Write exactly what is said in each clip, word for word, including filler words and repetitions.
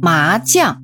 麻将。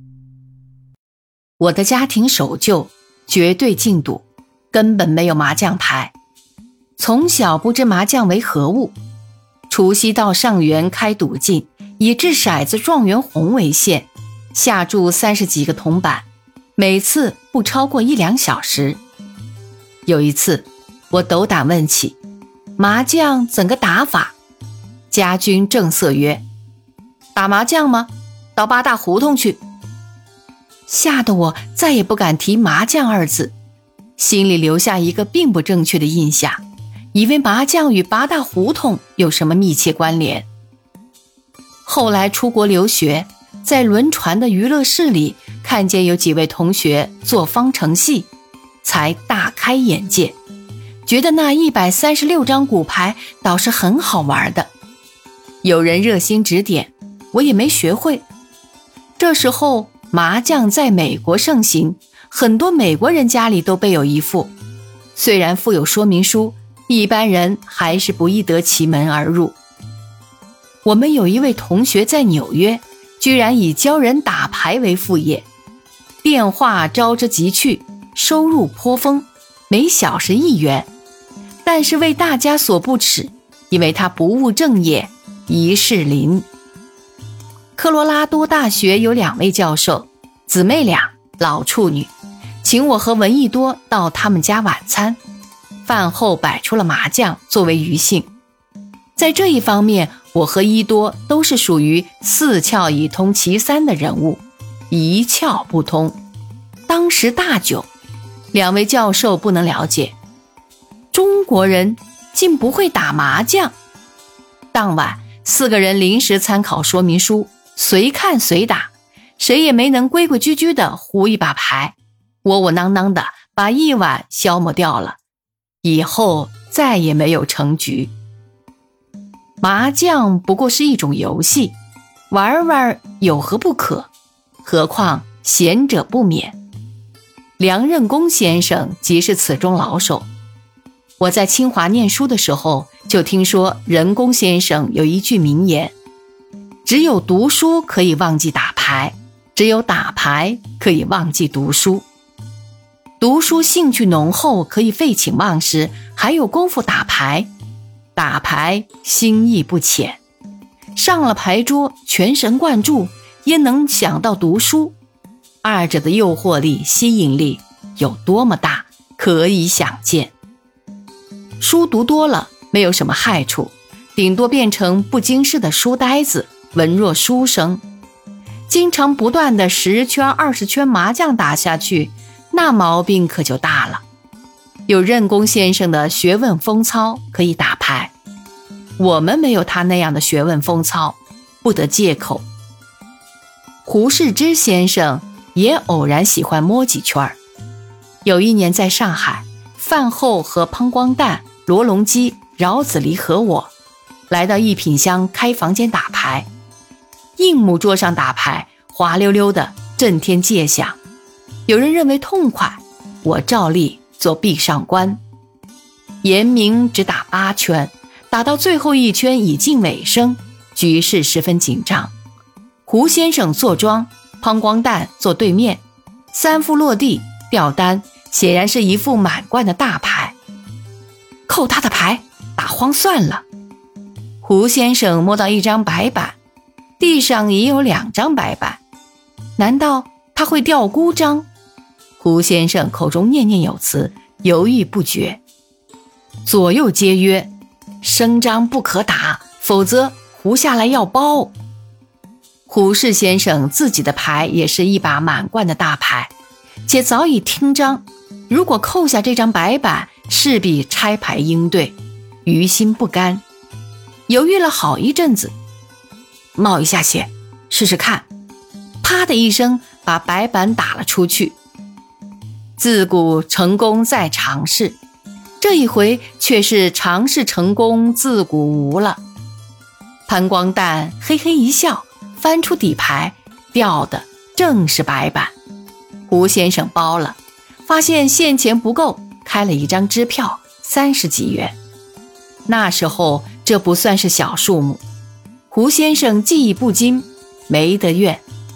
我的家庭守旧，绝对禁赌，根本没有麻将牌。从小不知麻将为何物，除夕到上元开赌镜，以掷骰子状元红为限，下注三十几个铜板，每次不超过一两小时。有一次我斗胆问起麻将怎个打法，家君正色曰：打麻将吗？到八大胡同去。吓得我再也不敢提麻将二字，心里留下一个并不正确的印象，以为麻将与八大胡同有什么密切关联。后来出国留学，在轮船的娱乐室里看见有几位同学做方程戏，才大开眼界，觉得那一百三十六张骨牌倒是很好玩的。有人热心指点，我也没学会。这时候麻将在美国盛行，很多美国人家里都备有一副，虽然附有说明书，一般人还是不易得其门而入。我们有一位同学在纽约，居然以教人打牌为副业，电话招之即去，收入颇丰，每小时一元，但是为大家所不齿，因为他不务正业，一世林。科罗拉多大学有两位教授，姊妹俩，老处女，请我和闻一多到他们家晚餐，饭后摆出了麻将作为娱兴。在这一方面，我和一多都是属于四窍已通其三的人物，一窍不通，当时大窘。两位教授不能了解，中国人竟不会打麻将。当晚四个人临时参考说明书，随看随打，谁也没能规规矩矩地胡一把牌，窝窝囊囊的把一晚消磨掉了，以后再也没有成局。麻将不过是一种游戏，玩玩有何不可，何况贤者不免。梁任公先生即是此中老手。我在清华念书的时候，就听说任公先生有一句名言：只有读书可以忘记打牌，只有打牌可以忘记读书。读书兴趣浓厚，可以废寝忘食，还有功夫打牌；打牌心意不浅，上了牌桌全神贯注，焉能想到读书？二者的诱惑力、吸引力有多么大，可以想见。书读多了没有什么害处，顶多变成不经事的书呆子，文弱书生。经常不断的十圈二十圈麻将打下去，那毛病可就大了。有任公先生的学问风操可以打牌，我们没有他那样的学问风操，不得借口。胡适之先生也偶然喜欢摸几圈。有一年在上海，饭后和潘光旦、罗隆基、饶子黎和我来到一品香开房间打牌，硬木桌上打牌，滑溜溜的震天界响。有人认为痛快，我照例做壁上观。严明只打八圈，打到最后一圈已近尾声，局势十分紧张。胡先生坐庄，潘光旦坐对面，三副落地，掉单，显然是一副满贯的大牌。扣他的牌，打慌算了。胡先生摸到一张白板，地上也有两张白板，难道他会掉孤张？胡先生口中念念有词，犹豫不决。左右皆曰：生张不可打，否则胡下来要包。胡适先生自己的牌也是一把满贯的大牌，且早已听张，如果扣下这张白板，势必拆牌应对，于心不甘，犹豫了好一阵子，冒一下险，试试看。啪的一声，把白板打了出去。自古成功在尝试，这一回却是尝试成功自古无了。潘光旦嘿嘿一笑，翻出底牌，掉的正是白板。胡先生包了，发现现钱不够，开了一张支票，三十几元。那时候这不算是小数目。胡先生技艺不精，没得怨，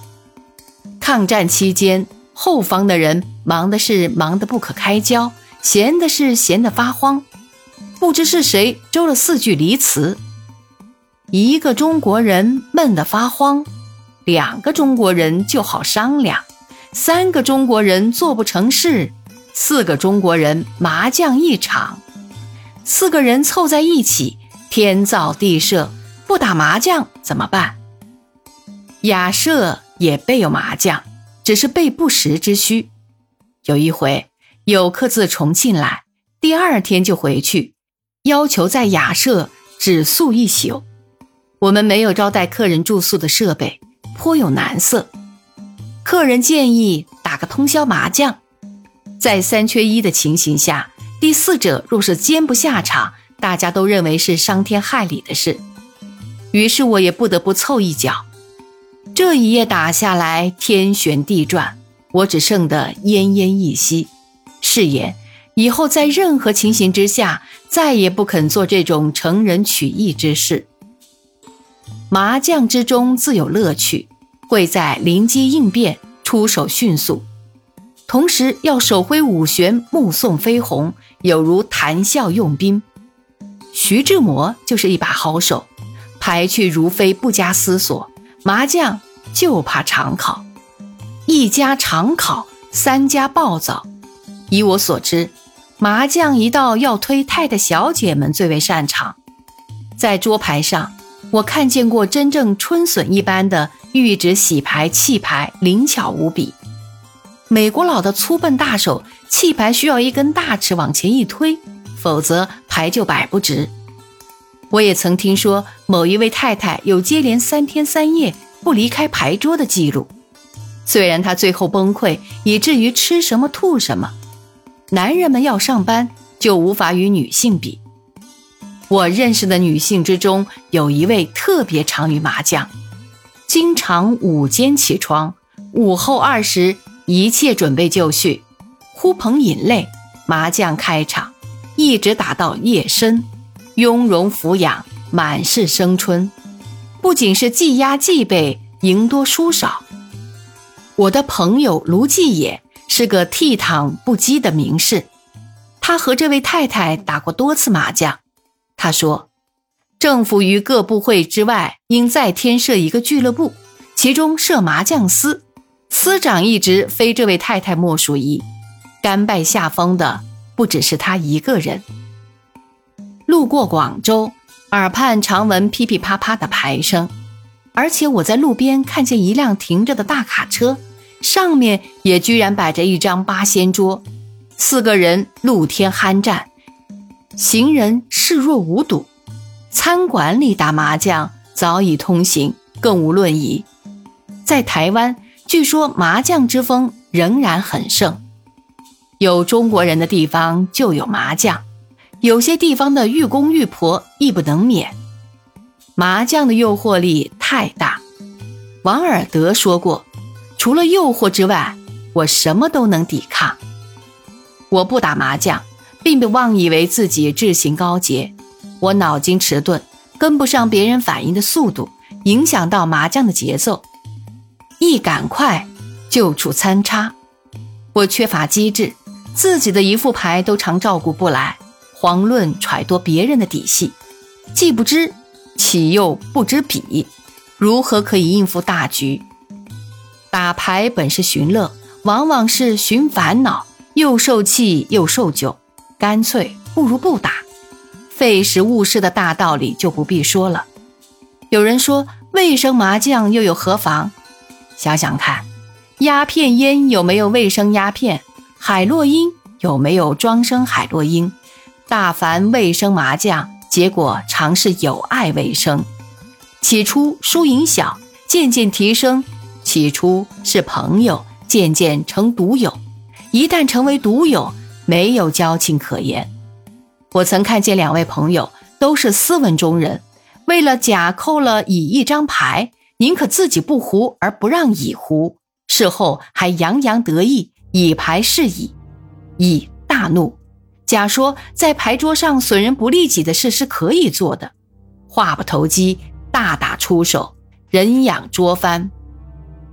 抗战期间，后方的人忙的是忙得不可开交，闲的是闲得发慌，不知是谁周了四句离词。一个中国人闷得发慌，两个中国人就好商量，三个中国人做不成事，四个中国人麻将一场。四个人凑在一起，天造地设，不打麻将怎么办？雅舍也备有麻将，只是备不时之需。有一回，有客自重庆来，第二天就回去，要求在雅舍只宿一宿。我们没有招待客人住宿的设备，颇有难色。客人建议打个通宵麻将，在三缺一的情形下，第四者若是兼不下场，大家都认为是伤天害理的事。于是我也不得不凑一脚。这一夜打下来，天旋地转，我只剩得奄奄一息。誓言以后在任何情形之下，再也不肯做这种乘人取义之事。麻将之中自有乐趣，贵在灵机应变，出手迅速，同时要手挥五弦，目送飞鸿，有如谈笑用兵。徐志摩就是一把好手，牌去如飞，不加思索，麻将就怕常考，一家常考，三家暴躁。以我所知，麻将一道要推太太小姐们最为擅长。在桌牌上，我看见过真正春笋一般的玉指洗牌弃牌，灵巧无比。美国佬的粗笨大手，弃牌需要一根大尺往前一推，否则牌就摆不直。我也曾听说某一位太太有接连三天三夜不离开牌桌的记录，虽然她最后崩溃，以至于吃什么吐什么。男人们要上班，就无法与女性比。我认识的女性之中，有一位特别长于麻将，经常午间起床，午后二时一切准备就绪，呼朋引类，麻将开场，一直打到夜深，雍容俯仰，满是生春。不仅是技压技备，赢多输少。我的朋友卢继野是个倜傥不羁的名士，他和这位太太打过多次麻将。他说，政府于各部会之外应再添设一个俱乐部，其中设麻将司，司长一职非这位太太莫属矣，甘拜下风的不只是他一个人。路过广州，耳畔常闻噼噼啪啪的牌声，而且我在路边看见一辆停着的大卡车，上面也居然摆着一张八仙桌，四个人露天酣战，行人视若无睹。餐馆里打麻将早已通行，更无论疑。在台湾，据说麻将之风仍然很盛，有中国人的地方就有麻将，有些地方的寓公寓婆亦不能免。麻将的诱惑力太大。王尔德说过，除了诱惑之外，我什么都能抵抗。我不打麻将，并不妄以为自己智行高洁，我脑筋迟钝，跟不上别人反应的速度，影响到麻将的节奏，一赶快就出参差。我缺乏机智，自己的一副牌都常照顾不来，遑论揣度别人的底细，既不知岂又不知彼，如何可以应付大局？打牌本是寻乐，往往是寻烦恼，又受气又受酒，干脆不如不打。费时误事的大道理就不必说了。有人说卫生麻将又有何妨？想想看，鸦片烟有没有卫生鸦片？海洛因有没有装生海洛因？大凡卫生麻将，结果常是有碍卫生。起初输赢小，渐渐提升，起初是朋友，渐渐成赌友，一旦成为赌友，没有交情可言。我曾看见两位朋友都是斯文中人，为了假扣了乙一张牌，宁可自己不胡而不让乙胡，事后还洋洋得意，乙牌是乙。乙大怒，甲说在牌桌上损人不利己的事是可以做的，话不投机，大打出手，人仰桌翻。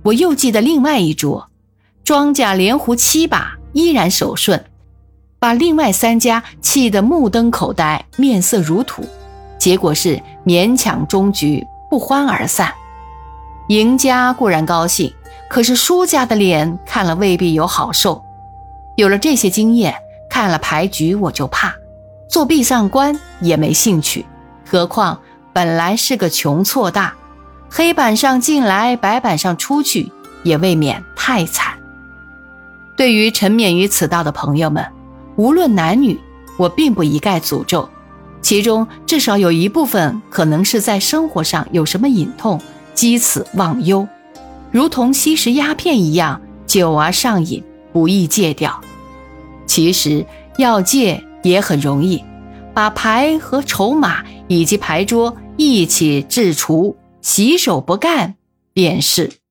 我又记得另外一桌，庄稼连胡七把依然守顺，把另外三家气得目瞪口呆，面色如土。结果是勉强终局，不欢而散。赢家固然高兴，可是输家的脸看了未必有好受。有了这些经验，看了牌局我就怕，做壁上观也没兴趣，何况本来是个穷错大，黑板上进来，白板上出去，也未免太惨。对于沉湎于此道的朋友们，无论男女，我并不一概诅咒，其中至少有一部分可能是在生活上有什么隐痛，积此忘忧，如同吸食鸦片一样，久而上瘾，不易戒掉。其实要戒也很容易，把牌和筹码以及牌桌一起置除，洗手不干便是。